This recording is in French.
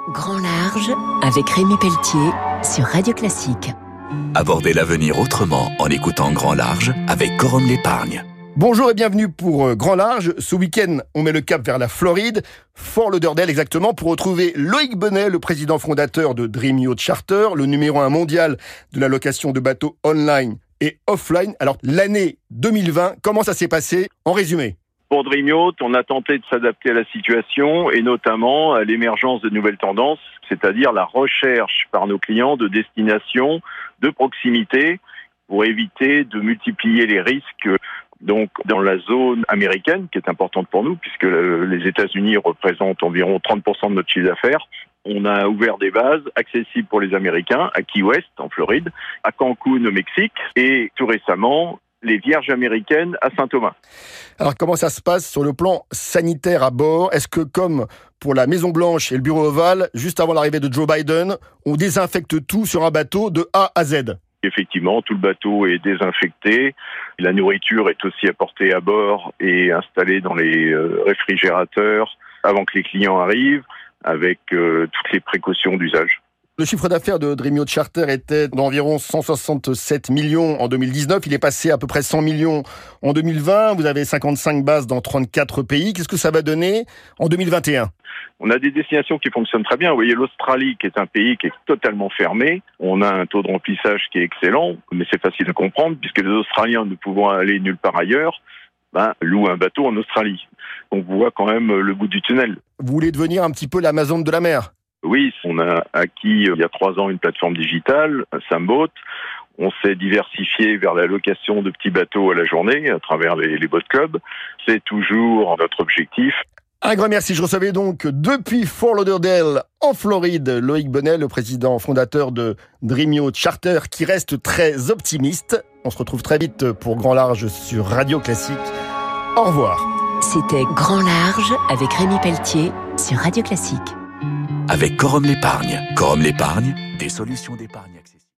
Grand Large avec Rémi Pelletier sur Radio Classique. Abordez l'avenir autrement en écoutant Grand Large avec Corum l'Épargne. Bonjour et bienvenue pour Grand Large. Ce week-end, on met le cap vers la Floride, Fort Lauderdale exactement, pour retrouver Loïc Bonnet, le président fondateur de Dream Yacht Charter, le numéro 1 mondial de la location de bateaux online et offline. Alors, l'année 2020, comment ça s'est passé en résumé ? Pour Dream Yacht, on a tenté de s'adapter à la situation et notamment à l'émergence de nouvelles tendances, c'est-à-dire la recherche par nos clients de destinations de proximité pour éviter de multiplier les risques donc dans la zone américaine, qui est importante pour nous, puisque les États-Unis représentent environ 30% de notre chiffre d'affaires. On a ouvert des bases accessibles pour les Américains à Key West, en Floride, à Cancun, au Mexique, et tout récemment, les Vierges américaines à Saint-Thomas. Alors, comment ça se passe sur le plan sanitaire à bord ? Est-ce que, comme pour la Maison-Blanche et le Bureau Ovale, juste avant l'arrivée de Joe Biden, on désinfecte tout sur un bateau de A à Z ? Effectivement, tout le bateau est désinfecté. La nourriture est aussi apportée à bord et installée dans les réfrigérateurs avant que les clients arrivent, avec toutes les précautions d'usage. Le chiffre d'affaires de Dream Yacht Charter était d'environ 167 millions en 2019. Il est passé à peu près 100 millions en 2020. Vous avez 55 bases dans 34 pays. Qu'est-ce que ça va donner en 2021 ? On a des destinations qui fonctionnent très bien. Vous voyez, l'Australie, qui est un pays qui est totalement fermé. On a un taux de remplissage qui est excellent, mais c'est facile de comprendre, puisque les Australiens ne pouvant aller nulle part ailleurs, louent un bateau en Australie. On voit quand même le bout du tunnel. Vous voulez devenir un petit peu l'Amazon de la mer ? Oui, on a acquis il y a 3 ans une plateforme digitale, Samboat. On s'est diversifié vers la location de petits bateaux à la journée à travers les boat clubs. C'est toujours notre objectif. Un grand merci. Je recevais donc depuis Fort Lauderdale en Floride Loïc Bonnet, le président fondateur de Dream Yacht Charter, qui reste très optimiste. On se retrouve très vite pour Grand Large sur Radio Classique. Au revoir. C'était Grand Large avec Rémi Pelletier sur Radio Classique. Avec Corum l'Épargne. Corum l'Épargne, des solutions d'épargne accessibles.